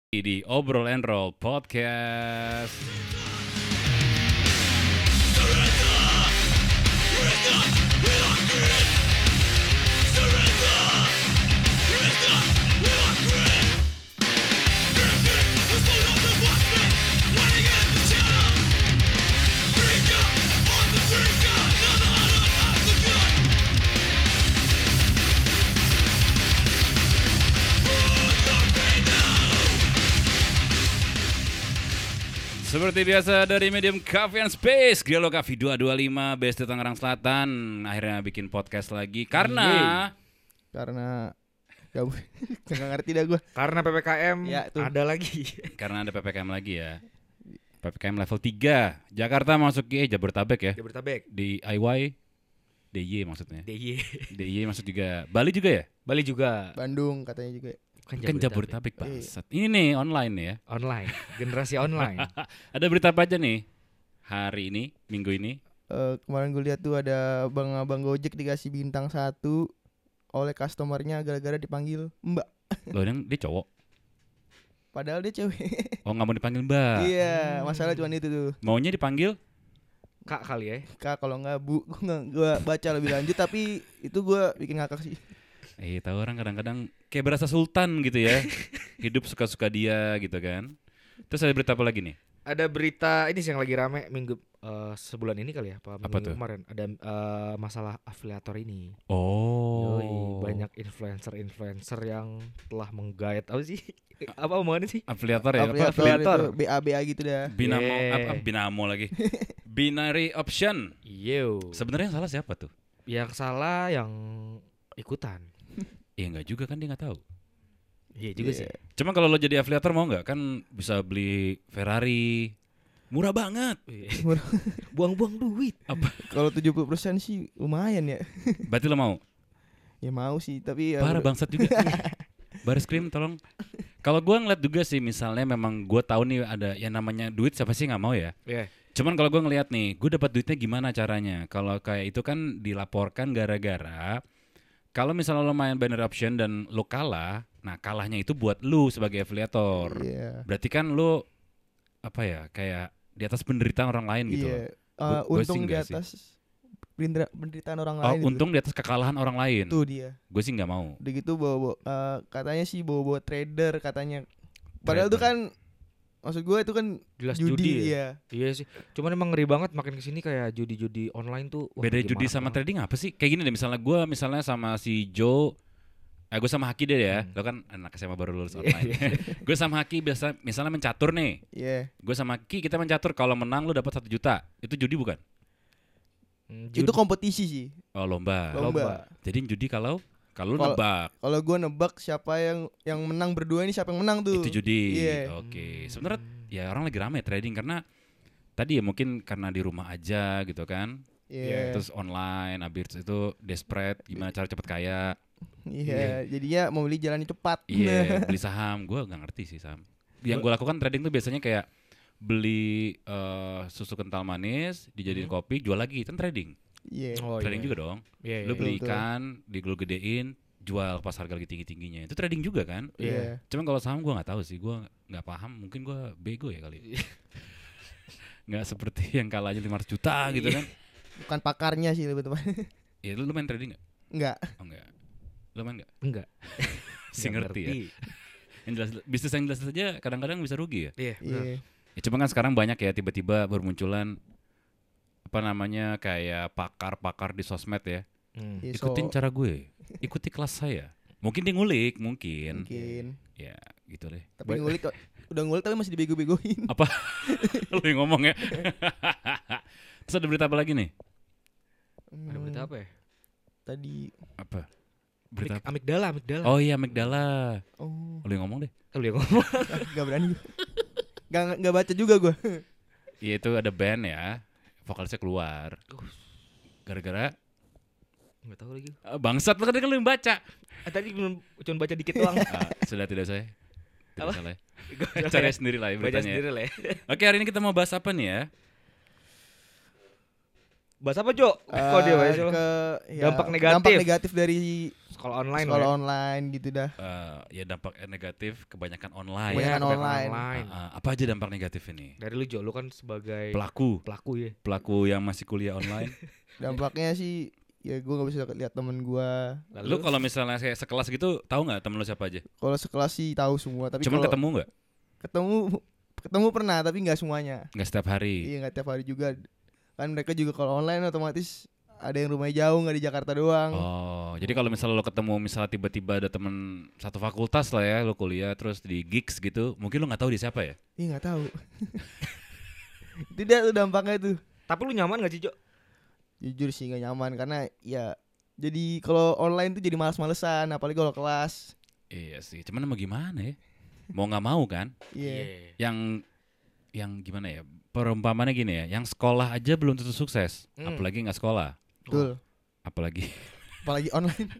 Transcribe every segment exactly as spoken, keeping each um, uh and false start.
Di Obrol and Roll Podcast. Seperti biasa dari Medium Coffee and Space, Gelo Coffee dua dua lima B S D Tangerang Selatan. Akhirnya bikin podcast lagi karena Yeay. Karena gak, gak ngerti dah gue. Karena P P K M Ya, tuh. ada lagi. karena ada P P K M lagi ya. P P K M level tiga. Jakarta masuk eh Jabodetabek ya. Jabodetabek. Di I Y D Y maksudnya. D Y. D Y masuk juga. Bali juga ya? Bali juga. Bandung katanya juga. Kan Jabodetabek bangsat. Ini nih online ya. Online, generasi online. Ada berita apa aja nih hari ini, minggu ini? Uh, kemarin gue lihat tuh ada abang-abang Gojek dikasih bintang satu oleh customernya gara-gara dipanggil Mbak. Loh, yang dia cowok. Padahal dia cewek. Oh, nggak mau dipanggil Mbak. Iya, masalah cuma itu tuh. Maunya dipanggil Kak kali ya. Kak kalau nggak Bu, gue nggak gue baca lebih lanjut tapi itu gue bikin ngakak sih. Eh, tahu orang kadang-kadang kayak berasa sultan gitu ya. Hidup suka-suka dia gitu kan. Terus ada berita apa lagi nih? Ada berita ini sih yang lagi rame minggu uh, sebulan ini kali ya, apa minggu Apa tuh? kemarin ada uh, masalah afiliator ini. Oh. Yoi, banyak influencer-influencer yang telah menggait apa sih? apa omongannya sih? Afiliator ya? Apa? Afiliator afiliator? itu B A B A gitu dah. Binamo, Yeah. apa, binamo lagi. Binary option. Yo. Sebenarnya yang salah siapa tuh? Yang salah yang ikutan. Iya enggak juga kan, dia enggak tahu. Iya juga Iya. sih. Cuma kalau lo jadi afiliator mau nggak? Kan bisa beli Ferrari, murah banget. Buang-buang duit. Apa? Kalau tujuh puluh persen sih lumayan ya. Berarti lo mau? Ya mau sih, tapi ya Parah udah- bangsat juga. Baris krim tolong. Kalau gua ngeliat juga sih, misalnya memang gua tahu nih ada yang namanya duit, siapa sih nggak mau ya? Iya. Cuman kalau gua ngeliat nih, gua dapat duitnya gimana caranya? Kalau kayak itu kan dilaporkan gara-gara kalau misalnya lo main binary option dan lo kalah, nah kalahnya itu buat lu sebagai afiliator. Iya. Berarti kan lo apa ya, kayak di atas penderitaan orang lain gitu loh. Iya. Uh, Gua- gua sih untung di enggak sih. atas pendera- penderitaan orang Oh, lain. untung di atas kekalahan orang lain. Itu dia. Gue sih nggak mau. Udah gitu bawa, uh, katanya sih bawa-bawa trader katanya. Padahal itu kan maksud gue itu kan Jelas judi, judi, ya. iya. Iya sih. Cuman emang ngeri banget makin kesini kayak judi-judi online tuh. wah, Beda makin judi marak sama banget. trading apa sih? Kayak gini deh, misalnya gue misalnya sama si Joe, eh gue sama Haki deh ya. Hmm. Lo kan anak S M A baru lulus online. Gue sama Haki biasa misalnya mencatur nih. Iya. Gue sama Haki kita mencatur, kalau menang lo dapat satu juta. Itu judi bukan? Hmm, Itu judi- Ah. kompetisi sih. Oh, lomba. Lomba. Jadi judi kalau kalau lo Kalau- nebak Kalau gue nebak siapa yang yang menang berdua ini, siapa yang menang tuh. itu judi. Iya. Oke. Sebenarnya ya orang lagi rame trading karena tadi ya mungkin karena di rumah aja gitu kan. Iya. Terus online, habis itu desperate, gimana cara cepet kaya. Iya, jadinya mau beli jalannya cepat. Iya, beli saham. Gue nggak ngerti sih saham. Yang gue lakukan trading tuh biasanya kayak beli eh, susu kental manis, dijadiin kopi, jual lagi, kan trading. Iya. Oh, trading iya. juga dong. Iya, Lu iya, beli betul. ikan, diglu gedein, jual pas harga lagi tinggi-tingginya. Itu trading juga kan? Iya. Cuman kalau saham gue nggak tahu sih, gue nggak paham. Mungkin gue bego ya kali. Nggak seperti yang kalahnya lima ratus juta gitu kan? Bukan pakarnya sih lebih tepat. Ya lu, lu main trading nggak? Enggak. Oh enggak. Lu main nggak? Enggak. Si Nggak ngerti ya. Yang jelas, bisnis yang jelas saja kadang-kadang bisa rugi ya. Iya, benar. Iya. Ya cuma kan sekarang banyak ya tiba-tiba bermunculan apa namanya kayak pakar-pakar di sosmed ya. Hmm. Iya, Ikutin so- cara gue, ikuti kelas saya. Mungkin dia ngulik, mungkin. Mungkin. Ya gitu deh. Tapi ngulik kok. Udah ngulik tapi masih dibego-begoin. Apa? Lu yang ngomong ya. Terus ada berita apa lagi nih? Ada berita apa ya? Tadi Apa? Berita Amik- apa? amigdala, amigdala. Oh iya, Magdala. oh, Lu yang ngomong deh. Oh, dia ngomong. enggak berani gue. Enggak enggak baca juga gue. Iya, itu ada band ya. Vokalisnya keluar. Gara-gara Enggak tahu lagi. ah, bangsat, lu kan lu yang baca. Ah, tadi belum cuma baca dikit doang. Ah, sudah tidak saya. Tidak Apa? salah. ya. Gua Cari sendiri lah ya baca beritanya. sendiri lah ya. Oke, hari ini kita mau bahas apa nih ya? Bahas apa, Jo? Kok dia bahas Eh, apa? ke ya, Dampak negatif. dampak negatif dari Sekolah online sekolah lah ya. online gitu dah. Eh, ya dampak negatif kebanyakan online. Kebanyakan Iya, kebanyakan online. online. Ah, ah, apa aja dampak negatif ini? Dari lu, Jo, lu kan sebagai Pelaku, pelaku ya. pelaku yang masih kuliah online. Dampaknya sih ya gue nggak bisa lihat temen gue. Lu kalau misalnya kayak sekelas gitu, tahu nggak temen lu siapa aja? Kalau sekelas sih tahu semua, tapi Cuman kalau ketemu nggak? ketemu ketemu pernah tapi nggak semuanya. Nggak setiap hari. Iya nggak tiap hari juga. Kan mereka juga kalau online otomatis ada yang rumahnya jauh nggak di Jakarta doang. Oh, jadi kalau misalnya lo ketemu misalnya tiba-tiba ada temen satu fakultas lah ya, lo kuliah terus di gigs gitu, mungkin lo nggak tahu dia siapa ya? Iya nggak tahu. Itu dia tuh dampaknya tuh. Tapi lu nyaman gak sih, Jo? Jujur sih nggak nyaman karena ya jadi kalau online tuh jadi malas-malesan apalagi kalau kelas. Iya sih, cuman mau gimana ya? Mau nggak mau kan? Iya. Yang yang gimana ya? Perumpamannya gini ya, yang sekolah aja belum tentu sukses, Hmm. apalagi nggak sekolah, Betul. apalagi. Apalagi online.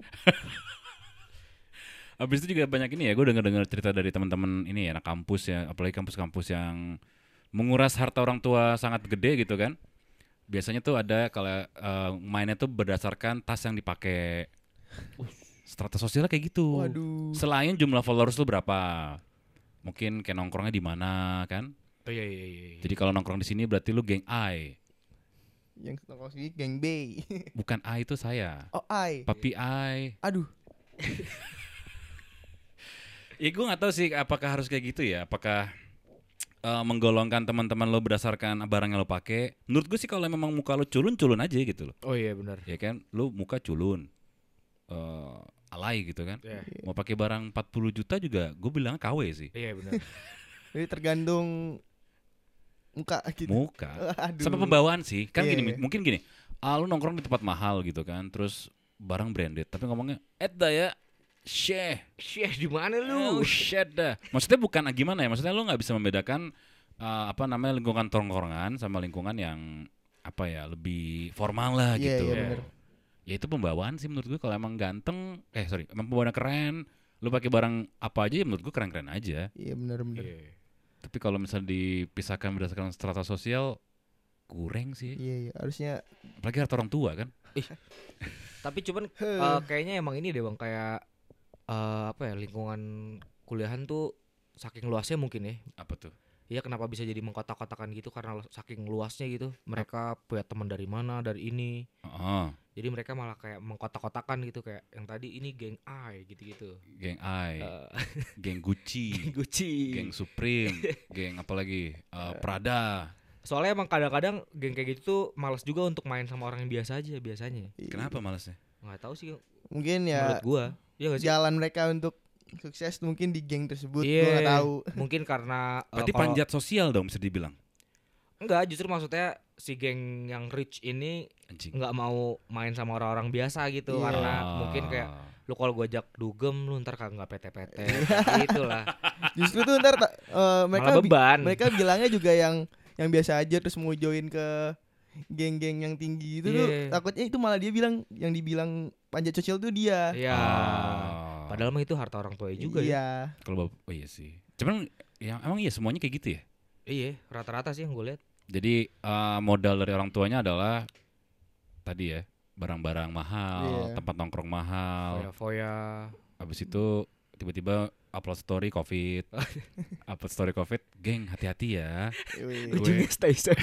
Habis itu juga banyak ini ya, gue denger-dengar cerita dari teman-teman ini ya, anak kampus ya, apalagi kampus-kampus yang menguras harta orang tua sangat gede gitu kan. Biasanya tuh ada kalau uh, mainnya tuh berdasarkan tas yang dipakai. Uh, strata sosialnya kayak gitu. Waduh. Selain jumlah followers lu berapa, mungkin kayak nongkrongnya di mana kan. Oh iya iya iya. Jadi kalau nongkrong di sini berarti lu geng I. Yang nongkrong sini geng B. Bukan I itu saya. Oh I. Papi I. Aduh. Ya gue nggak tahu sih apakah harus kayak gitu ya. Apakah uh, menggolongkan teman-teman lo berdasarkan barang yang lo pakai? Menurut gue sih kalau memang muka lo culun-culun aja gitu loh. Oh iya benar. Ya kan, lo muka culun, uh, alay gitu kan. Iya. Mau pakai barang empat puluh juta juga, gue bilang K W sih. Iya benar. Jadi tergantung muka gitu. Muka. Aduh. Sama pembawaan sih. Kan Iya, gini, iya. mungkin gini. Ah, lo nongkrong di tempat mahal gitu kan, terus barang branded, tapi ngomongnya, "Eh dah ya, syeh." Syekh di mana Oh lu? shit dah. Maksudnya bukan ah, gimana ya? Maksudnya lo nggak bisa membedakan uh, apa namanya lingkungan tongkrongan sama lingkungan yang apa ya lebih formal lah Iya, gitu. iya, bener. Ya itu pembawaan sih menurut gue. Kalau emang ganteng, eh sorry, emang pembawaan keren, lo pakai barang apa aja ya menurut gue keren-keren aja. Iya benar-benar. Iya. Tapi kalau misalnya dipisahkan berdasarkan strata sosial, kurang sih. Iya, iya, harusnya Apalagi harta orang tua kan. Tapi cuman eh, kayaknya emang ini deh Bang, kayak eh, apa ya, lingkungan kuliahan tuh saking luasnya mungkin ya. Apa tuh? Iya, kenapa bisa jadi mengkotak-kotakan gitu karena lu- saking luasnya gitu. Mereka punya teman dari mana, dari ini. Oh, Jadi mereka malah kayak mengkotak-kotakan gitu, kayak yang tadi ini geng I gitu-gitu. geng I, Eh, geng Gucci, Gucci. geng Supreme, geng apalagi uh, Prada. Soalnya emang kadang-kadang geng kayak gitu tuh malas juga untuk main sama orang yang biasa aja biasanya. Kenapa malasnya? Nggak tahu sih mungkin ya menurut gua. Iya nggak sih? jalan mereka untuk sukses mungkin di geng tersebut. Iya. Gue nggak tahu. Mungkin karena eh, Berarti kalau- panjat sosial dong bisa dibilang. Enggak, justru maksudnya si geng yang rich ini Anjing. nggak mau main sama orang-orang biasa gitu. Iya. Karena Ah. mungkin kayak lu kalau gua ajak dugem lu ntar kagak nggak P T P T gitu lah. Justru tuh ntar ta- eh, mereka Malah bi- beban. mereka bilangnya juga yang yang biasa aja terus mau join ke geng-geng yang tinggi itu tuh Iya. takutnya itu malah dia bilang yang dibilang panjat sosial tuh dia. Iya. Ah. Padahal mah itu harta orang tua juga ya. Iya. Kalau bap- oh iya sih. Cuman ya emang iya semuanya kayak gitu ya. Iya, rata-rata sih yang gue lihat. Jadi uh, modal dari orang tuanya adalah tadi ya barang-barang mahal, Iya. tempat nongkrong mahal. Foya-foya. Habis itu tiba-tiba upload story covid, upload story covid, geng hati-hati ya. Wih. Gue- Ujungnya stay safe.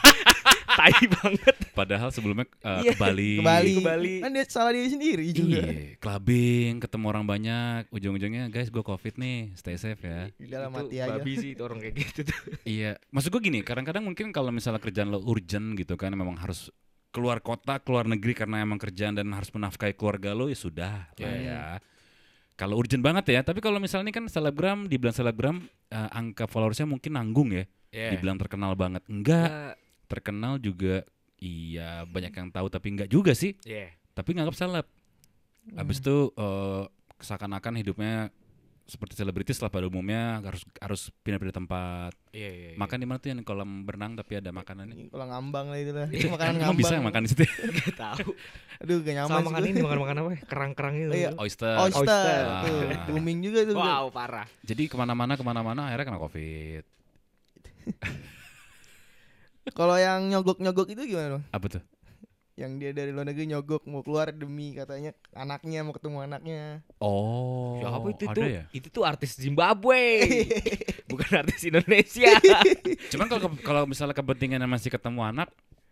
Tai banget. Padahal sebelumnya uh, Iya, ke Bali. Ke Bali. Ke Bali. Kan dia salah dia sendiri juga. Iya, clubbing, ketemu orang banyak, ujung-ujungnya guys gue covid nih, stay safe ya. Di dalam Itu hati aja. babi sih itu orang kayak gitu tuh. Iya, maksud gue gini, kadang-kadang mungkin kalau misalnya kerjaan lo urgent gitu kan, memang harus keluar kota, keluar negeri karena emang kerjaan dan harus menafkahi keluarga lo, ya sudah lah Iya. ya. Kalau urgent banget ya, tapi kalau misalnya ini kan selebgram, dibilang selebgram, eh, angka followersnya mungkin nanggung ya, Iya. dibilang terkenal banget, enggak, Ya, terkenal juga, iya banyak yang tahu tapi enggak juga sih, Iya. tapi nganggap seleb. Habis itu eh, seakan-akan hidupnya seperti selebritis lah pada umumnya, harus harus pindah-pindah tempat. Iya, iya. Makan di mana tuh yang kolam berenang tapi ada makanannya. Kalau ngambang lah itu lah. Itu makanan Emang ngambang. bisa makan di situ? Enggak tahu. Aduh gak nyaman Sama sih makan gua. ini makan-makan apa? ya? Kerang-kerang gitu. Iya. Oyster. Oyster, Oyster. tuh, Ah. booming juga tuh. Wow, parah. Jadi kemana-mana kemana-mana akhirnya kena covid. Kalau yang nyogok-nyogok itu gimana bang? Apa tuh? yang dia dari luar negeri nyogok mau keluar demi katanya anaknya mau ketemu anaknya. Oh. Siapa itu ada tuh? ya? Itu tuh artis Zimbabwe. Bukan artis Indonesia. Cuman kalau kalau misalnya kepentingannya masih ketemu anak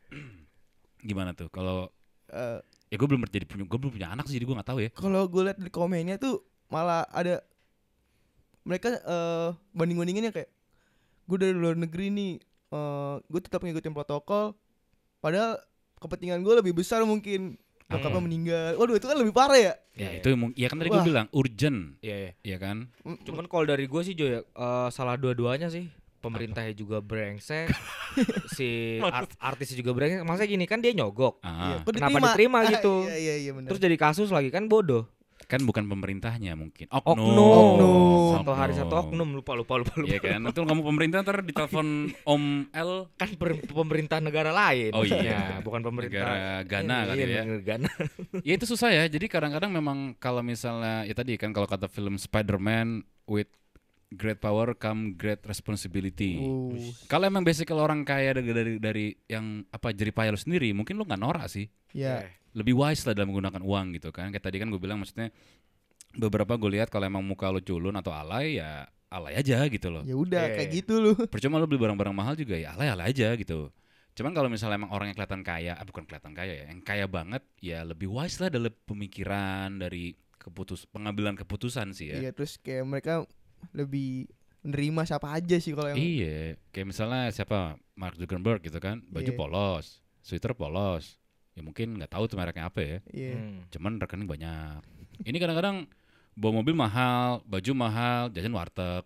gimana tuh? Kalau Eh, ya gue belum jadi punya gue belum punya anak sih, jadi gue nggak tahu ya. Kalau gue liat di komennya tuh malah ada mereka eh banding-bandinginnya kayak gue dari luar negeri nih, eh gue tetap ngikutin protokol, padahal kepentingan gue lebih besar mungkin bokapnya Hmm. meninggal. Waduh itu kan lebih parah ya. Ya Iya, itu mung- ya kan tadi gue Wah. bilang urgent, Iya, iya. ya kan? Cuman kalau dari gue sih Jo ya, eh, salah dua-duanya sih. Pemerintahnya juga brengsek, si ar- artisnya juga brengsek. Maksudnya gini kan dia nyogok, Ah, Kok kenapa diterima gitu? Iya iya iya benar. terus jadi kasus lagi kan bodoh. kan bukan pemerintahnya mungkin. Oknum, Oknum. satu hari satu oknum, lupa lupa lupa lupa. Iya kan? Itu kamu pemerintah ntar ditelepon Om L Kan per- pemerintah negara lain. Oh iya. maksudnya, bukan pemerintah negara Ghana Iya, kali iya, ya. negara Ghana. Ya itu susah ya. Jadi kadang-kadang memang kalau misalnya ya tadi kan kalau kata film Spider-Man, with great power come great responsibility. Uh, Kalau emang basic orang kaya dari dari, dari yang apa jeripaya lu sendiri, mungkin lu nggak norak sih. ya. Eh, Lebih wise lah dalam menggunakan uang gitu kan. Kayak tadi kan gue bilang maksudnya beberapa gue lihat kalau emang muka lu culun atau alay ya alay aja gitu loh. Ya udah Eh. kayak gitu lu. Percuma lu beli barang-barang mahal juga ya alay-alay aja gitu. Cuman kalau misalnya emang orang yang kelihatan kaya, ah bukan kelihatan kaya ya, yang kaya banget ya lebih wise lah dalam pemikiran dari keputus pengambilan keputusan sih ya. Iya terus kayak mereka lebih menerima siapa aja sih kalau yang Iya, kayak misalnya siapa Mark Zuckerberg gitu kan, baju Iya. polos, sweater polos, ya mungkin nggak tahu tuh mereknya apa ya, iya. hmm. cuman rekening banyak. Ini kadang-kadang bawa mobil mahal, baju mahal, jajan warteg,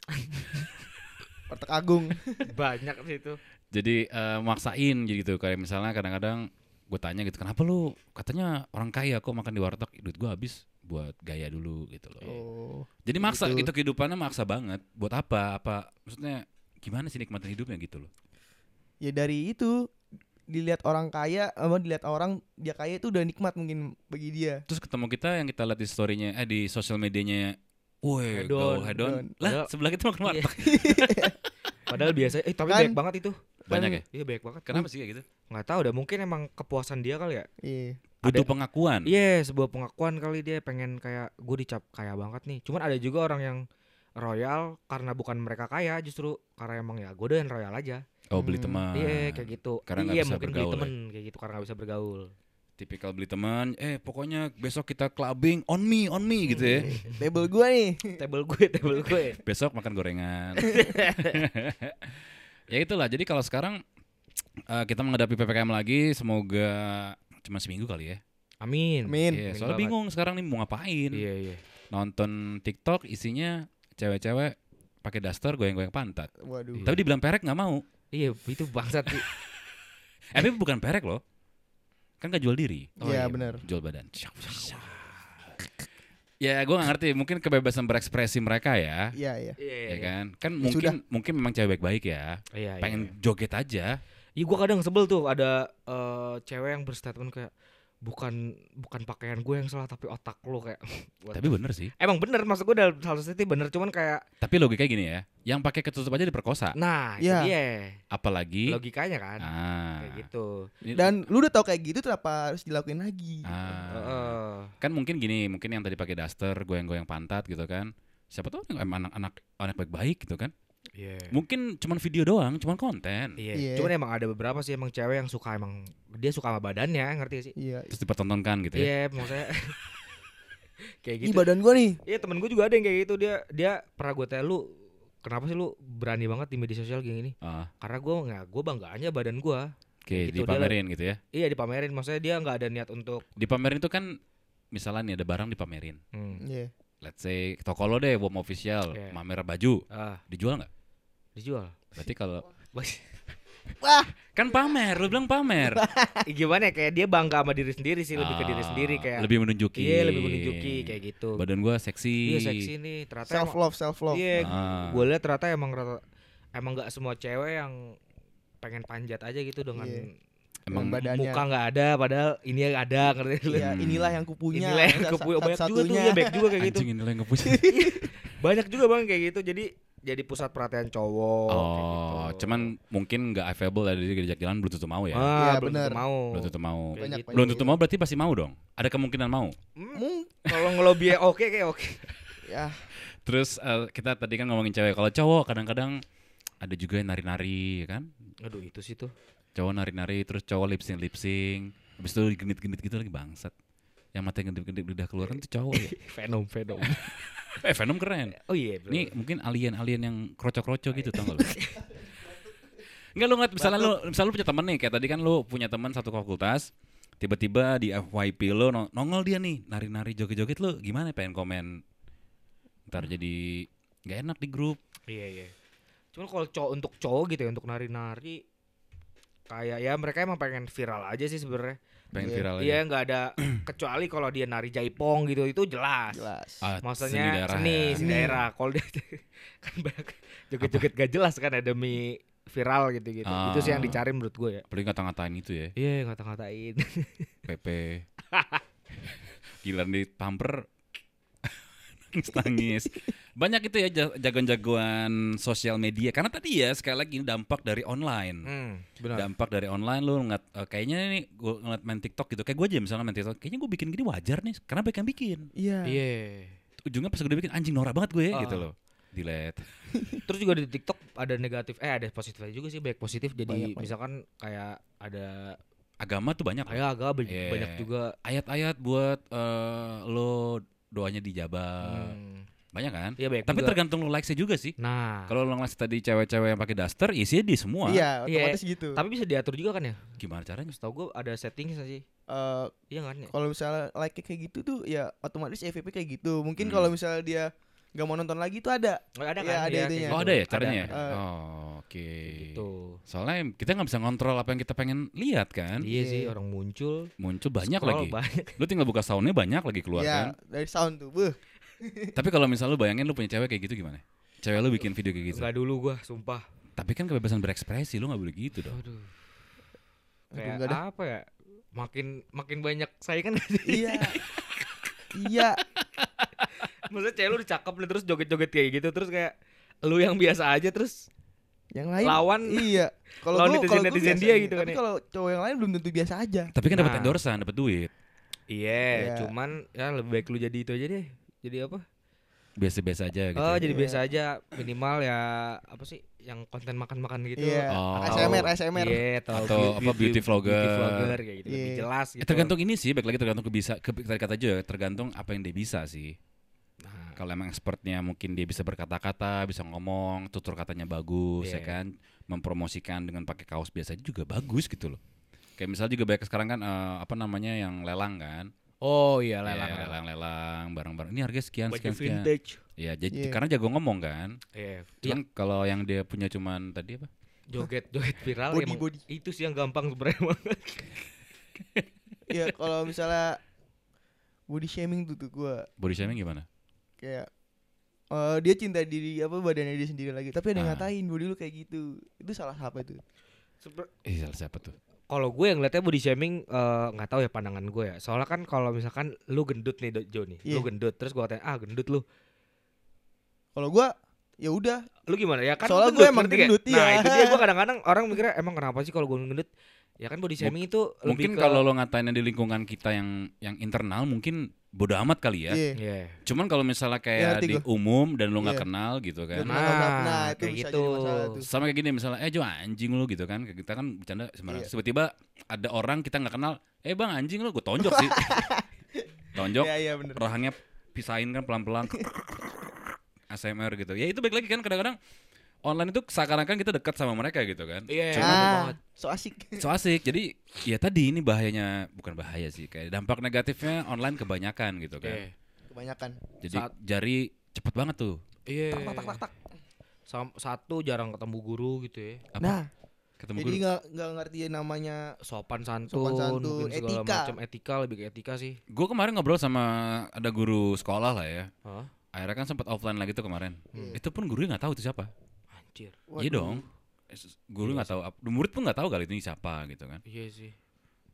Warteg Agung. Banyak sih itu. jadi eh, maksain gitu. Kayak misalnya kadang-kadang gue tanya gitu, kenapa lu katanya orang kaya kok makan di warteg, duit gue habis buat gaya dulu gitu loh. Oh. Jadi maksa gitu. gitu kehidupannya maksa banget. Buat apa? Apa maksudnya gimana sih nikmatin hidupnya gitu loh. Ya dari itu dilihat orang kaya, apa dilihat orang dia kaya itu udah nikmat mungkin bagi dia. Terus ketemu kita yang kita lihat di story-nya eh di sosial medianya, woi, Hedon, gaul hedon. hedon. Lah, Padahal- sebelah kita makan Iya. warteg. Padahal biasa, eh tapi Kan- banyak banget itu. Banyak ya? Iya banyak banget. Kenapa sih kayak gitu? Nggak tahu dah, mungkin emang kepuasan dia kali ya. Iya. Butuh Ada- pengakuan. Iya, sebuah pengakuan kali dia pengen kayak gue dicap kaya banget nih. Cuman ada juga orang yang royal karena bukan mereka kaya, justru karena emang ya gue doyan royal aja. Oh, beli Hmm. teman. Iya kayak gitu. Karena nggak iya bisa mungkin beli bergaul temen kayak gitu karena nggak bisa bergaul. Tipikal beli teman, eh pokoknya besok kita clubbing on me, on me gitu ya. Table gua nih. Table gue, table gue. Besok makan gorengan. Ya itulah. Jadi kalau sekarang eh, kita menghadapi P P K M lagi, semoga cuma seminggu kali ya. Amin. Amin. Iya, Amin soalnya banget. bingung sekarang nih mau ngapain. Iya iya. Nonton TikTok isinya cewek-cewek pakai daster goyang-goyang pantat. Waduh. Tapi dibilang perek nggak mau. Iya itu bangsat sih. Eh, tapi bukan perek loh. Kan gak jual diri, Oh, Iya iya. benar. jual badan. Ya gue gak ngerti, mungkin kebebasan berekspresi mereka ya. Iya iya. Iya Ya kan? Kan Ya mungkin sudah. mungkin memang cewek baik ya. Iya. Pengen Iya. joget aja. Iya gue kadang sebel tuh ada eh, cewek yang berstatement kayak bukan bukan pakaian gue yang salah tapi otak lo kayak. What Tapi bener sih. Emang bener, maksud gue dalam hal seti bener, cuman kayak Tapi logikanya gini ya, yang pakai ketutup aja diperkosa. nah Iya. itu dia Apalagi logikanya kan ah, kayak gitu. ini- Dan lu udah tahu kayak gitu kenapa harus dilakuin lagi? ah, Heeh. kan mungkin gini, mungkin yang tadi pakai daster goyang-goyang pantat gitu kan. Siapa tahu emang anak-anak anak baik-baik gitu kan. Iya. Mungkin cuman video doang, cuman konten. Iya. Iya. Cuman emang ada beberapa sih emang cewek yang suka emang dia suka sama badannya, ngerti gak sih? Iya. Terus dipertontonkan gitu ya. Iya, maksudnya kayak Ini gitu. badan gua nih. Iya, temen gue juga ada yang kayak gitu. Dia dia pernah gue tanya, lu kenapa sih lu berani banget di media sosial kayak gini? Ah, Karena gue nggak, gue bangga aja badan gue. Oke, Gitu, dia dipamerin gitu ya. Iya dipamerin, maksudnya dia nggak ada niat untuk. Dipamerin itu kan misalnya nih ada barang dipamerin. Hmm. Iya. Let's say toko lo deh, W O M official, Iya. mamer baju, Ah, dijual nggak? dijual. Berarti kalau Wah, kan pamer, lu bilang pamer. Ih, gimana ya, kayak dia bangga sama diri sendiri sih, lebih ke diri Ah, sendiri kayak. lebih menunjuki. Iya, lebih menunjuki kayak gitu. Badan gua seksi. Iya seksi nih, ternyata self emang- love, self love. Iya, Ah. gue lihat ternyata emang rata- emang nggak semua cewek yang pengen panjat aja gitu dengan Iya. Emang Dengan badannya. muka nggak ada, padahal ini ada, ngerti lu? Iya, Hmm. inilah yang kupunya. Inilah yang Sa- kepunya banyak juga tuh, satu-satunya. ya baik juga kayak gitu. anjing ini yang ngepush. Banyak juga bang kayak gitu. Jadi jadi pusat perhatian cowok kayak gitu. Oh, cuman mungkin nggak available dari diajak jalan belum tentu mau ya. Ah, Iya, belum bener. tentu mau. Belum tentu mau. Kayak Banyak, gitu. Belum tentu mau berarti pasti mau dong. Ada kemungkinan mau. Hmm, Mung, kalau ngelobi oke kayak oke. ya Terus eh, kita tadi kan ngomongin cewek. Kalau cowok kadang-kadang ada juga yang nari-nari ya kan. Aduh itu sih tuh. Cowok nari-nari terus cowok lip sync lip sync. Habis itu genit-genit gitu lagi bangsat. Yang matanya genit-genit lidah keluar kan itu cowok ya. Venom Venom. Eh Venom keren. Oh iya. bener. Ini mungkin alien-alien yang kroco-kroco gitu tau gak lu? Enggak lu ngeliat misalnya lu misalnya lu punya temen nih kayak tadi kan lu punya teman satu fakultas tiba-tiba di F Y P lu no- nongol dia nih nari-nari joget-joget lu gimana pengen komen ntar jadi nggak enak di grup. Iya iya. Cuman kalau cowok untuk cowok gitu ya untuk nari-nari kayak ya mereka emang pengen viral aja sih sebenarnya. Pengen Iya. viral aja. Iya nggak ada kecuali kalau dia nari jaipong gitu itu jelas. jelas. Ah, Maksudnya seni daerah seni, ya. seni daerah. Kalau dia kan banyak joget-joget gak jelas kan ada demi viral gitu-gitu. Ah. Itu sih yang dicari menurut gue ya. Apalagi ngata-ngatain itu ya. Iya ngata-ngatain. P P. Gila di pamper nangis-nangis. Banyak itu ya ja- jagoan-jagoan sosial media. Karena tadi ya sekali lagi ini dampak dari online. hmm, benar. Dampak dari online lu ngeliat eh, kayaknya nih gue ngeliat main TikTok gitu. Kayak gue aja misalnya main TikTok. Kayaknya gue bikin gini wajar nih karena banyak yang bikin. Iya. Iya. Ujungnya pas gue bikin anjing norak banget gue Ah. gitu loh. Delete. Terus juga di TikTok ada negatif, eh ada positifnya juga sih, banyak positif. Jadi Banyak, banyak. misalkan kayak ada Agama tuh banyak. loh. kayak agak ba- Iya. banyak juga. Ayat-ayat buat eh, lo doanya dijabah. Hmm, Banyak kan? iya banyak Tapi juga. tergantung lo likes-nya juga sih. Nah, Kalau lo likes tadi cewek-cewek yang pakai daster, isinya di semua. Iya, Iya. otomatis gitu. tapi bisa diatur juga kan ya? Gimana caranya? Setahu gue ada settingnya sih. Eh, Iya kan ya? kalau misalnya like kayak gitu tuh ya otomatis F Y P kayak gitu. Mungkin Hmm. kalau misalnya dia nggak mau nonton lagi tuh ada. Oh, ada Iya, kan? ada Iya, itunya. kayak Oh gitu. ada ya caranya? Ada, ya? ada. Oh, oke. Gitu. Soalnya kita nggak bisa ngontrol apa yang kita pengen lihat kan. Iya Iya. sih orang muncul Muncul banyak scroll lagi. banyak. Lu tinggal buka soundnya banyak lagi keluar kan. Ya, dari sound tuh. Beuh. Tapi kalau misalnya lu bayangin lu punya cewek kayak gitu gimana? Cewek lu bikin video kayak gitu. Enggak dulu gua, sumpah. Tapi kan kebebasan berekspresi, lu nggak boleh gitu dong. Aduh. Aduh, Kayak nggak dah. apa ya? Makin makin banyak saingan. Iya. Iya. Maksudnya cewek lu dicakep nih terus joget-joget kayak gitu terus kayak lu yang biasa aja terus Yang lain lawan iya. Kalau lawan gua kalau gua netizen-netizen biasa dia aja. gitu kan Tapi ya. kalau cowok yang lain belum tentu biasa aja. Tapi kan dapat Nah. endorsean, dapat duit. Iya, Iya. cuman ya lebih baik lu jadi itu aja deh. Jadi apa? Biasa-biasa aja gitu. Oh, ya. jadi Iya. biasa aja minimal ya apa sih yang konten makan-makan gitu. Iya. Oh. A S M R, A S M R. Iya, atau, Atau apa, beauty vlogger. Beauty vlogger kayak gitu. Lebih Iya. jelas Eh, gitu. tergantung ini sih, baik lagi tergantung kebisa, ke, tadi kata aja, tergantung apa yang dia bisa sih. Nah, Kalau emang expertnya mungkin dia bisa berkata-kata, bisa ngomong, tutur katanya bagus, Iya. ya kan, mempromosikan dengan pakai kaos biasa aja juga bagus gitu loh. Kayak misalnya juga banyak sekarang kan eh, apa namanya yang lelang kan, oh iya Ya, lelang. lelang-lelang barang-barang. Ini harga sekian Baju sekian sekian. vintage. Ya, jadi Iya. karena jago ngomong kan. Iya. Cuman kalau yang dia punya cuman tadi apa? Joget-joget viral Body, emang body. itu sih yang gampang sebenarnya emang. Iya, kalau misalnya body shaming tuh tuh gua Body shaming gimana? kayak eh dia cinta diri apa badannya dia sendiri lagi, tapi ada yang Ah. ngatain body lu kayak gitu. Itu salah apa itu? Sebe- Eh, salah siapa tuh? Kalau gue yang ngeliatnya body shaming eh, nggak tahu ya pandangan gue ya. Soalnya kan kalau misalkan lu gendut nih Do- Jo nih, lu Iya. gendut terus gue katain ah gendut lu. Kalau gua ya udah, Lu gimana ya kan? Soalnya lu gue emang ngerti nggak? gendut, Nah iya. itu dia gue kadang-kadang orang mikirnya emang kenapa sih kalau gue gendut? Ya kan body shaming itu lebih Mungkin ke- kalau lo ngatainnya di lingkungan kita yang yang internal mungkin bodo amat kali ya. iya. Iya. Cuman kalau misalnya Ya, kayak ngerti di gua. umum dan lo nggak Iya. kenal gitu kan. Nggak kenal berapa, nah itu kayak bisa gitu. jadi masalah tuh. Sama kayak gini misalnya, eh Jo anjing lu gitu kan. Kayak kita kan bercanda sembarang. Iya. Tiba-tiba ada orang kita nggak kenal, eh bang anjing lu, gue tonjok sih. Tonjok, Iya iya bener. rahangnya pisahin kan pelan-pelan. A S M R gitu. Ya itu baik lagi kan kadang-kadang online itu seakan-akan kita dekat sama mereka gitu kan. Iya. Cuma bener Ah, banget. so asik. so asik. Jadi ya tadi ini bahayanya, bukan bahaya sih, kayak dampak negatifnya online kebanyakan gitu kan. Iya. Kebanyakan. Jadi Saat- jari cepet banget tuh. Iya. Tak tak tak tak. Sam- Satu jarang ketemu guru gitu ya. Apa? Nah, Ketemu jadi guru. nggak nggak ngerti namanya. Sopan santun, Sopan santun, mungkin segala etika. macam etika, lebih ke etika sih. Gue kemarin ngobrol sama ada guru sekolah lah ya. Hah? Akhirnya kan sempat offline lagi tuh kemarin. Hmm. Itu pun gurunya nggak tahu itu siapa. Anjir. Iya Waduh. dong. Guru Iya nggak tahu. ap- Murid pun nggak tahu kali itu siapa gitu kan. Iya sih.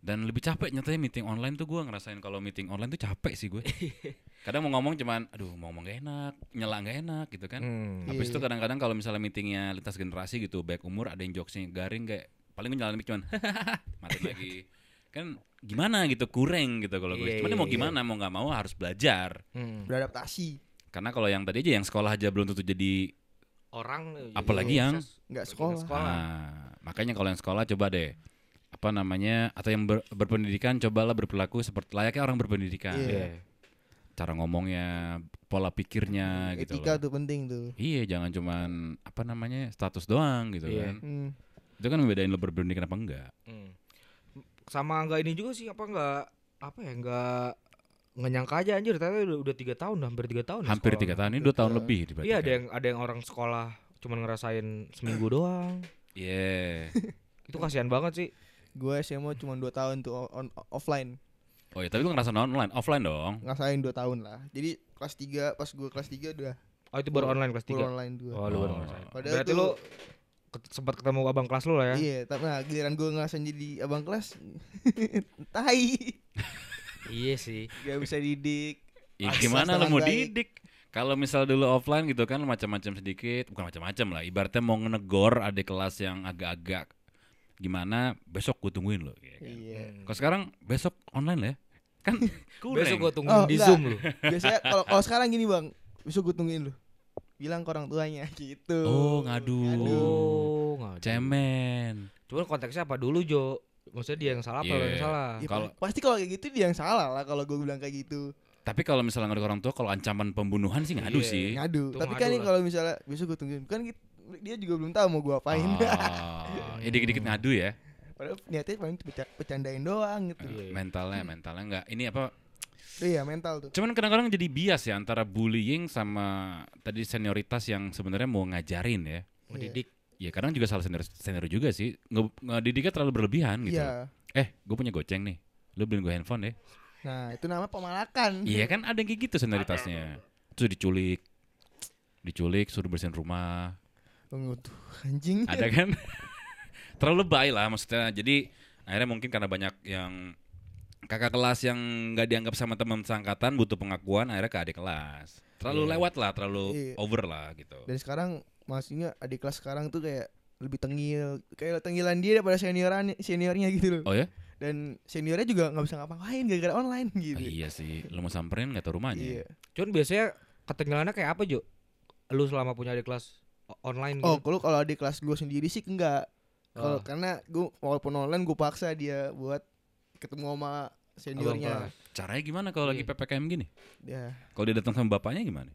Dan lebih capek nyatanya meeting online tuh gue ngerasain kalau meeting online tuh capek sih gue. Kadang mau ngomong cuman aduh mau ngomong gak enak, nyela gak enak gitu kan. Hmm. Habis Iya. itu kadang-kadang kalau misalnya meetingnya lintas generasi gitu, baik umur ada yang jokesnya garing kayak paling gue nyalain mic cuman mati lagi. Kan gimana gitu kurang gitu kalau gue. Iya, Cuman ya iya, mau iya. gimana mau nggak mau harus belajar. Hmm. Beradaptasi. Karena kalau yang tadi aja yang sekolah aja belum tentu jadi Orang eh, Apalagi jadi yang sukses nggak bagi sekolah. sekolah. Nah, makanya kalau yang sekolah coba deh apa namanya atau yang ber- berpendidikan cobalah berperilaku seperti layaknya orang berpendidikan. Iya. Iya. Cara ngomongnya, pola pikirnya gitu Etika loh. tuh penting tuh. Iya, jangan cuman apa namanya status doang gitu Iya. kan. Hmm. Itu kan membedain lo berpendidikan apa enggak. Hmm. Sama enggak ini juga sih apa enggak apa ya enggak nggak nyangka aja anjir ternyata udah, udah tiga tahun hampir tiga tahun ya Hampir sekolah. tiga tahun ini dua tahun Betul. lebih berarti. Iya kan? ada yang ada yang orang sekolah cuman ngerasain seminggu doang. Iya. Itu kasihan banget sih. Gue S M A cuma dua tahun tuh on, on- offline. Oh ya, tapi lu ngerasa online, offline dong. Ngasain dua tahun lah. Jadi kelas tiga pas gue kelas tiga udah Oh itu baru Baru- online kelas full tiga. online dua. Oh lu baru Oh. ngerasain. Padahal Berarti tuh- lu ket- sempat ketemu abang kelas lu lah ya. Iya, tapi nah, giliran gue ngerasain jadi abang kelas tai. Iya sih. Gak bisa didik. Ya, Asal gimana lo dengan mau baik. didik? Kalau misal dulu offline gitu kan macam-macam sedikit, bukan macam-macam lah. Ibaratnya mau ngenegor adik kelas yang agak-agak gimana, besok gue tungguin lo. Ya kan? Iya. Kalau sekarang besok online lah ya, kan kurang. Besok gua tungguin Oh, di enggak. Zoom lu. Biasanya kalau kalau sekarang gini bang, besok gue tungguin lu. Bilang ke orang tuanya gitu. Oh, ngadu. Oh, nggak. Cemen. Cuman konteksnya apa dulu Jo? Maksudnya dia yang salah apa lo yang Iya. salah? Ya, Kalau- pasti kalau kayak gitu dia yang salah lah kalau gue bilang kayak gitu. Tapi kalau misalnya ngadu ke orang tua, kalau ancaman pembunuhan sih ngadu Iya. sih. Ngadu. Tuh Tapi ngadu kan nih lah. kalau misalnya besok gue tungguin, kan gitu, dia juga belum tahu mau gue apain. Oh, ya dikit-dikit ngadu ya. Padahal niatnya paling berca- bercandain doang gitu. Iya. Mentalnya, mentalnya enggak. Ini apa? Iya mental tuh. Cuman kadang-kadang jadi bias ya antara bullying sama tadi senioritas yang sebenarnya mau ngajarin ya. Mendidik. Ya kadang juga salah senior, senior juga sih. Nge- ngedidiknya terlalu berlebihan gitu. Iya. Eh, gue punya goceng nih. Lu beliin gue handphone deh. Nah itu namanya pemalakan. Iya kan ada yang kayak gitu senioritasnya. Terus diculik. Diculik suruh bersihin rumah. Oh, tuh, anjing. Ada kan? Terlalu lebay lah maksudnya. Jadi akhirnya mungkin karena banyak yang kakak kelas yang nggak dianggap sama teman seangkatan butuh pengakuan akhirnya ke adik kelas. Terlalu Iya. lewat lah, terlalu Iya. over lah gitu. Dan sekarang maksudnya adik kelas sekarang tuh kayak lebih tengil, kayak tengilan dia daripada senioran seniornya gitu loh. Oh ya? Dan seniornya juga nggak bisa ngapa-ngapain gara-gara online gitu. Oh, iya sih, lu mau samperin nggak tahu rumahnya. Iya. Cuman biasanya ketinggalannya kayak apa Jo? Lu selama punya adik kelas o- online Oh, gitu? kalau kalau adik kelas gue sendiri sih enggak. Kalau Oh. karena gue walaupun online gue paksa dia buat ketemu sama Abang seniornya. kelas. Caranya gimana kalau lagi Iya. P P K M gini? Ya. Kalau dia datang sama bapaknya gimana?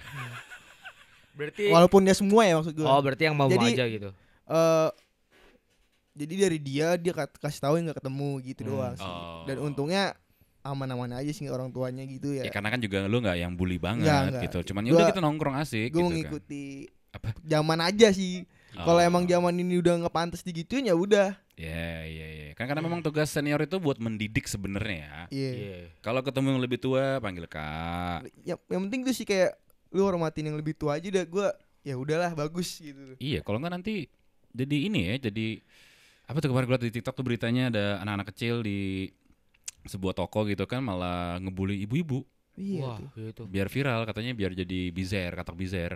Berarti Walaupun dia semua ya maksud gue. oh berarti yang mau mau Jadi- aja gitu. Eh, jadi dari dia dia kat- kasih tahu nggak ketemu gitu Hmm. doang sih. Oh. Dan untungnya aman-aman aja sih orang tuanya gitu Ya ya. karena kan juga lu nggak yang bully banget Nggak, nggak. gitu. Cuman ya Gua- udah kita nongkrong asik Gue gitu mengikuti Apa? zaman aja sih. Kalau Oh. emang zaman ini udah nggak pantas digituin ya udah. Ya, iya, iya. Kan karena memang tugas senior itu buat mendidik sebenarnya ya. Iya. Iya. Kalau ketemu yang lebih tua panggil kak. Ya, yang penting tuh sih kayak lu hormatin yang lebih tua aja dah. Gue ya udahlah bagus gitu. Iya, kalau nggak nanti jadi ini ya, jadi apa tuh kemarin gue liat di TikTok tuh beritanya ada anak-anak kecil di sebuah toko gitu kan malah ngebully ibu-ibu Iya Wah, tuh. itu. biar viral katanya biar jadi bizer, katak bizer.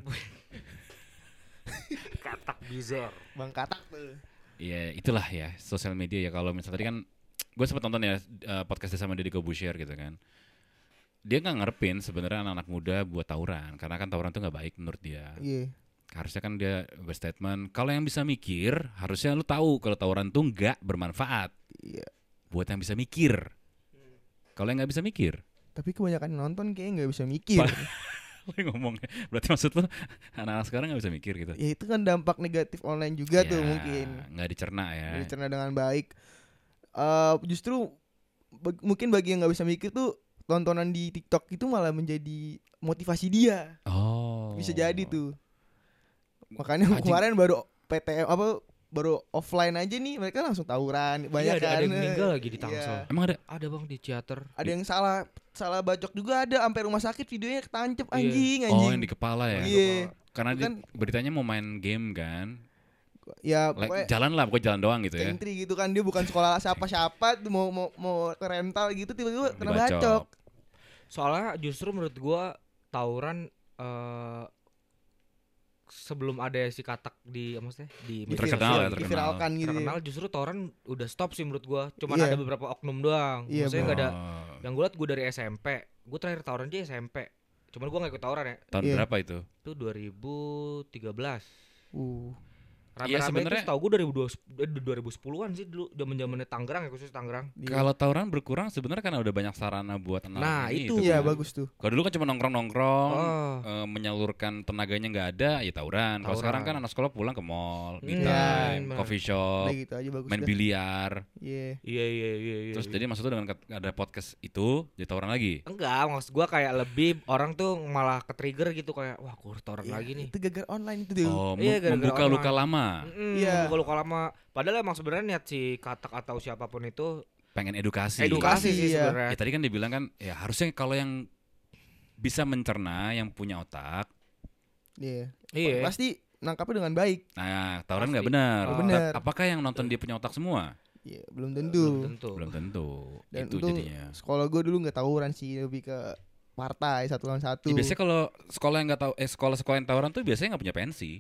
Katak bizer. Bang Katak tuh. Iya, itulah ya sosial media ya. Kalau misalnya tadi kan gue sempat nonton ya eh, podcastnya sama Deddy Corbuzier gitu kan. Dia nggak ngarepin sebenarnya anak-anak muda buat tawuran karena kan tawuran tuh nggak baik menurut dia. Iya. Harusnya kan dia berstatement kalau yang bisa mikir harusnya lu tahu kalau tawuran tuh nggak bermanfaat Iya. buat yang bisa mikir. Kalau yang nggak bisa mikir, Tapi kebanyakan nonton kayaknya nggak bisa mikir. Pa- apa yang ngomongnya? Berarti maksud lu anak-anak sekarang nggak bisa mikir gitu? Ya itu kan dampak negatif online juga tuh Ya, mungkin. nggak dicerna ya. Dicerna dengan baik. Eh justru bag- mungkin bagi yang nggak bisa mikir tuh tontonan di TikTok itu malah menjadi motivasi dia. Oh. Bisa jadi tuh. Makanya Anjing. kemarin baru P T M apa baru offline aja nih mereka langsung tawuran banyak Iya, ada, kan. ada yang meninggal lagi di Iya. Tangsel. Emang ada? Ada bang di teater. Ada yang salah salah bacok juga ada sampai rumah sakit videonya ketancep Iya. anjing Oh, anjing. yang di kepala ya. Iya. Karena Itu di- kan- beritanya mau main game kan. Ya Like, pokoknya jalan lah, pokoknya jalan doang gitu ya. entry gitu kan, dia bukan sekolah siapa-siapa tuh mau mau mau ke rental gitu tiba-tiba kena Dibacok. bacok. Soalnya justru menurut gua tawuran eh sebelum ada si katak di maksudnya di Di Terkenal media ya, sosial, terkenal. Diviralkan gitu. ya. terkenal justru tawuran udah stop sih menurut gua. Cuman Iya. ada beberapa oknum doang. Iya, Maksudnya nggak ada. Oh. Yang gue liat gue dari S M P. Gue terakhir tawuran dia S M P. Cuman gue gak ikut tawuran ya. Tahun Iya. berapa itu? Itu dua ribu tiga belas. Uh. Rame-rame itu sebenarnya- setahu gue dari dua ribu sepuluhan sih dulu. Zaman-zamannya Tangerang ya, khusus Tangerang. Iya. Kalau tawuran berkurang sebenarnya karena udah banyak sarana buat anak Nah, ini itu. Iya, kan. bagus tuh. Kalau dulu kan cuma nongkrong-nongkrong, Oh. eh, menyalurkan tenaganya nggak ada, ya tawuran. Kalau Tawuran. sekarang kan anak sekolah pulang ke mall, me Hmm, time, bener. coffee shop, Udah gitu aja bagus. main dah. biliar. Iya. Iya iya iya iya. Terus iya. jadi maksudnya dengan ket- ada podcast itu, jadi tawuran lagi. Enggak, maksud gue kayak lebih orang tuh malah ke-trigger gitu kayak wah gue harus tawuran Iya, lagi nih. Itu gagal online itu dia. Oh, Iya, mem- gara-gara membuka online. luka lama, Mm-mm, Iya. Kalau lama padahal emang sebenarnya niat si Katak atau siapapun itu pengen edukasi. edukasi sih iya. Ya sebenarnya. tadi kan dibilang kan, ya harusnya kalau yang bisa mencerna, yang punya otak, Iya. Iya. Pasti nangkapnya dengan baik. nah tawuran Pasti. nggak benar. Oh, Ta- benar. Apakah yang nonton dia punya otak semua? Iya, belum Belum tentu. tentu. Belum tentu. Dan itu itu jadinya. sekolah gue dulu nggak tawuran sih, lebih ke partai satu lawan satu. Ya, biasanya kalau sekolah yang nggak tahu, eh sekolah-sekolah yang tawuran tuh biasanya nggak punya pensi.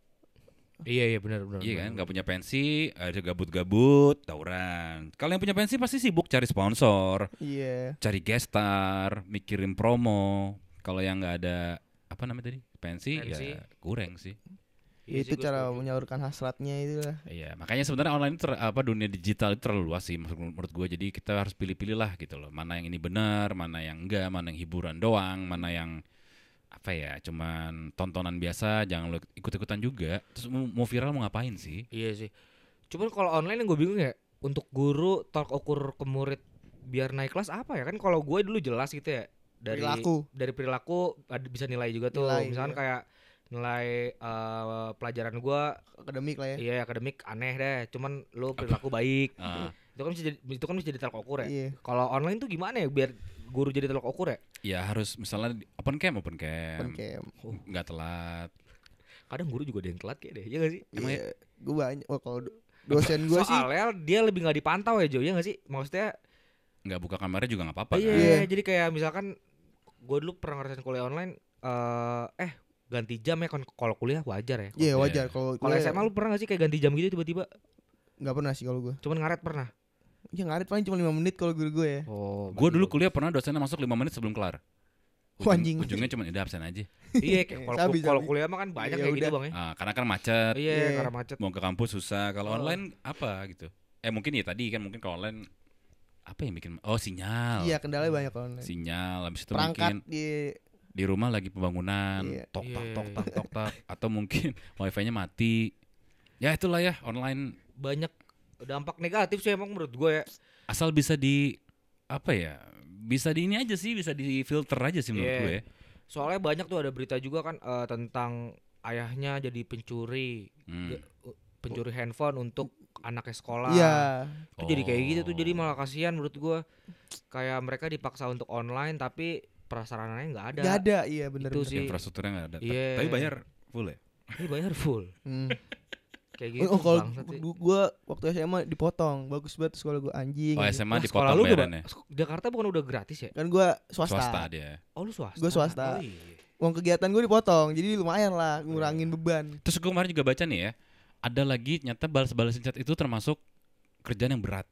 Iya iya benar benar. Iya kan, benar. nggak punya pensi, ada gabut-gabut, tawuran. Kalau yang punya pensi pasti sibuk cari sponsor, Iya. cari guest star, mikirin promo. Kalau yang nggak ada apa namanya tadi pensi, Pensi. ya kurang sih. Iya itu sih, gua cara setuju. menyalurkan hasratnya itu lah. Iya, makanya sebenarnya online itu ter- apa dunia digital itu terlalu luas sih menurut, menurut gue. Jadi kita harus pilih-pilih lah gitu loh. Mana yang ini benar, mana yang enggak, mana yang hiburan doang, mana yang apa ya, cuman tontonan biasa, jangan lo ikut-ikutan juga. Terus mau, mau viral mau ngapain sih? Iya sih. Cuman kalau online yang gue bingung ya, untuk guru tolak ukur ke murid biar naik kelas apa ya? Kan kalau gue dulu jelas gitu ya. Dari Perilaku. dari perilaku ada bisa nilai juga tuh. Nilai, Misalkan iya. kayak nilai eh, pelajaran gue Akademik lah ya. iya akademik aneh deh. Cuman lu perilaku baik. Ah, Itu kan bisa jadi itu kan bisa jadi tolak ukur ya. Iya. Kalau online tuh gimana ya biar guru jadi tolak ukur ya? ya harus misalnya di- open cam, open cam, Open cam. nggak telat. Kadang guru juga ada yang telat kayak deh. Iya gak sih? Emang Iya. Gue banyak. Oh, kalau do- dosen gue sih. Soalnya dia lebih nggak dipantau ya Jo, ya nggak sih? Maksudnya Nggak buka kameranya juga nggak apa-apa iya, kan? Iya. jadi kayak misalkan gue dulu pernah ngerasain kuliah online eh eh ganti jam ya kan kalau kuliah wajar ya. Iya Iya. wajar kalau Kalau S M A lu pernah gak sih kayak ganti jam gitu tiba-tiba? nggak pernah sih kalau gue. Cuman ngaret pernah. Ya ngarit paling cuma lima menit kalau guru gue ya. Oh. Gue dulu kuliah pernah dosennya masuk lima menit sebelum kelar. Wah, anjing. Ujungnya cuma udah absen aja. Iya, kayak kalau Sabi, kalau sabi. kuliah mah kan banyak Iya, kayak gitu udah. Bang ya. Ah, karena kan macet. Iya, Iya. karena macet. Mau ke kampus susah. Kalau Oh. online apa gitu? Eh mungkin ya tadi kan mungkin kalau online apa yang bikin? Oh sinyal. Iya kendalanya banyak kalau online. Sinyal. Habis itu Perangkat mungkin di di rumah lagi pembangunan. Iya. Tok tak Iya. tok tak tok tak. Atau mungkin wifi-nya mati. Ya itulah ya online. Banyak dampak negatif sih emang menurut gue ya. Asal bisa di apa ya? Bisa di ini aja sih. Bisa di filter aja sih menurut Iya. gue. Soalnya banyak tuh ada berita juga kan eh, tentang ayahnya jadi pencuri, Hmm. Ya, uh, pencuri handphone untuk anaknya sekolah. Iya. Itu jadi kayak gitu tuh, jadi Oh. malah kasihan menurut gua. Kayak mereka dipaksa untuk online tapi prasarananya nggak ada. Nggak ada, iya benar. Itu sih. Infrastrukturnya nggak ada. Ta- Iya. Tapi bayar full ya. Ini bayar full. Hmm. Kayak gitu. Oh, kalau bangsat sih. du- gua waktu S M A dipotong, bagus banget sekolah gua anjing. Oh anjing. S M A Wah, sekolah dipotong lu gua- bayarannya. sek- Jakarta bukan udah gratis ya? Kan gua swasta. Swasta dia. Oh lu swasta. Gua swasta. Oh, iya. Uang kegiatan gua dipotong, jadi lumayan lah ngurangin beban. Terus gue kemarin juga baca nih ya, ada lagi nyata balas-balasin chat itu termasuk kerjaan yang berat.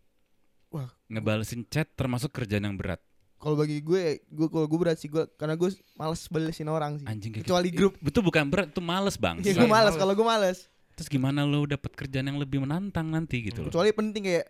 Wah. Ngebalesin chat termasuk kerjaan yang berat. Kalau bagi gue, gue kalau gue berat sih gue karena gue males balesin orang sih. Anjing kayak Kecuali gitu. grup. Betul bukan berat, itu males bang. Ya Iya, gue males males. kalau gue males. Terus gimana lo dapet kerjaan yang lebih menantang nanti gitu loh. Kecuali penting kayak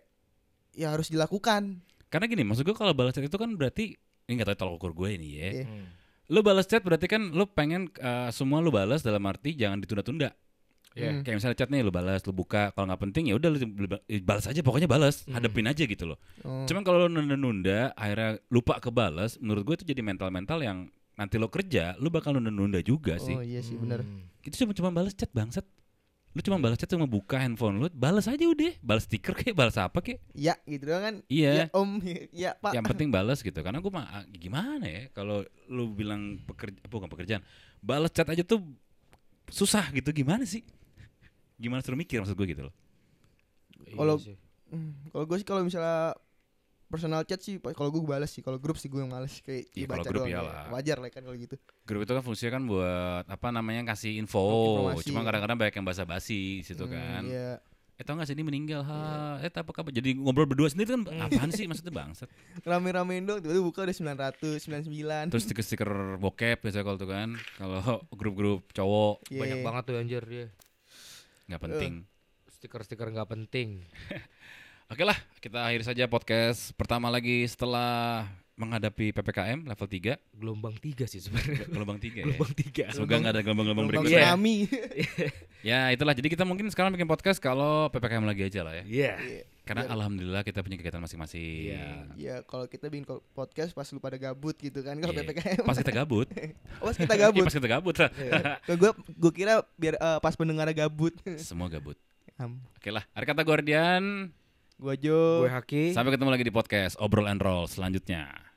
ya harus dilakukan. Karena gini, maksud gue kalau balas chat itu kan berarti ini nggak tahu tolak ukur gue ini ya. Iya. Hmm. Lo balas chat berarti kan lo pengen uh, semua lo balas dalam arti jangan ditunda-tunda. Iya. Hmm. Kayak misalnya chat nih lo balas, lo buka, kalau nggak penting ya udah lo lo- balas aja, pokoknya balas, Hmm. hadepin aja gitu loh. Oh. Cuman kalau lo nunda-nunda, akhirnya lupa kebalas, menurut gue itu jadi mental-mental yang nanti lo kerja, lo bakal nunda-nunda juga sih. Oh iya sih benar. Hmm. Itu cuma cuma balas chat bangsat. Lo cuma balas chat cuma buka handphone lo, balas aja udah, balas stiker kayak balas apa kayak. Ya gitu doang kan. Iya. Ya om, ya pak. Yang penting balas gitu. Karena gue mah ah, gimana ya kalau lo bilang pekerja bukan pekerjaan, balas chat aja tuh susah gitu gimana sih? Gimana suruh mikir maksud gue gitu loh. Kalau Iya sih. hmm, kalau gue sih kalau misalnya personal chat sih pas- kalau gue balas sih, kalau grup sih gue yang males kayak Iya, dibaca kalau grup doang ya. iyalah. Wajar lah kan kalau gitu. Grup itu kan fungsinya kan buat apa namanya kasih info. Informasi. Cuma kadang-kadang banyak yang basa-basi di situ Hmm, kan. Iya. Eh tau gak sih ini meninggal ha? Eh apa kabar? Jadi ngobrol berdua sendiri kan apaan sih maksudnya bangsat. Rame-ramein dong, tiba-tiba buka udah sembilan ratus sembilan puluh sembilan. Terus stiker-stiker bokep biasanya kalau tuh kan. Kalau grup-grup cowok Iya. Banyak banget tuh anjir dia. nggak penting. Stiker-stiker nggak penting. Oke lah, kita akhiri saja podcast pertama lagi setelah menghadapi P P K M level tiga. Gelombang tiga sih sebenarnya. Gelombang tiga ya. Gelombang tiga. Semoga nggak ada gelombang-gelombang Gelombang berikutnya. tsunami. Ya itulah, jadi kita mungkin sekarang bikin podcast kalau P P K M lagi aja lah ya. Iya. Iya. Karena Biar- alhamdulillah kita punya kegiatan masing-masing. Iya. Iya, kalau kita bikin ko- podcast pas lu pada gabut gitu kan, kalau Iya. P P K M. Pas kita gabut. Oh, pas kita Iya, gabut. pas kita gabut lah. Kalau gue gue kira biar eh, pas pendengar gabut. Semua gabut. Am. Oke lah, hari kata Guardian. Gua Jo. Gue Haki. Sampai ketemu lagi di podcast Obrol and Roll selanjutnya.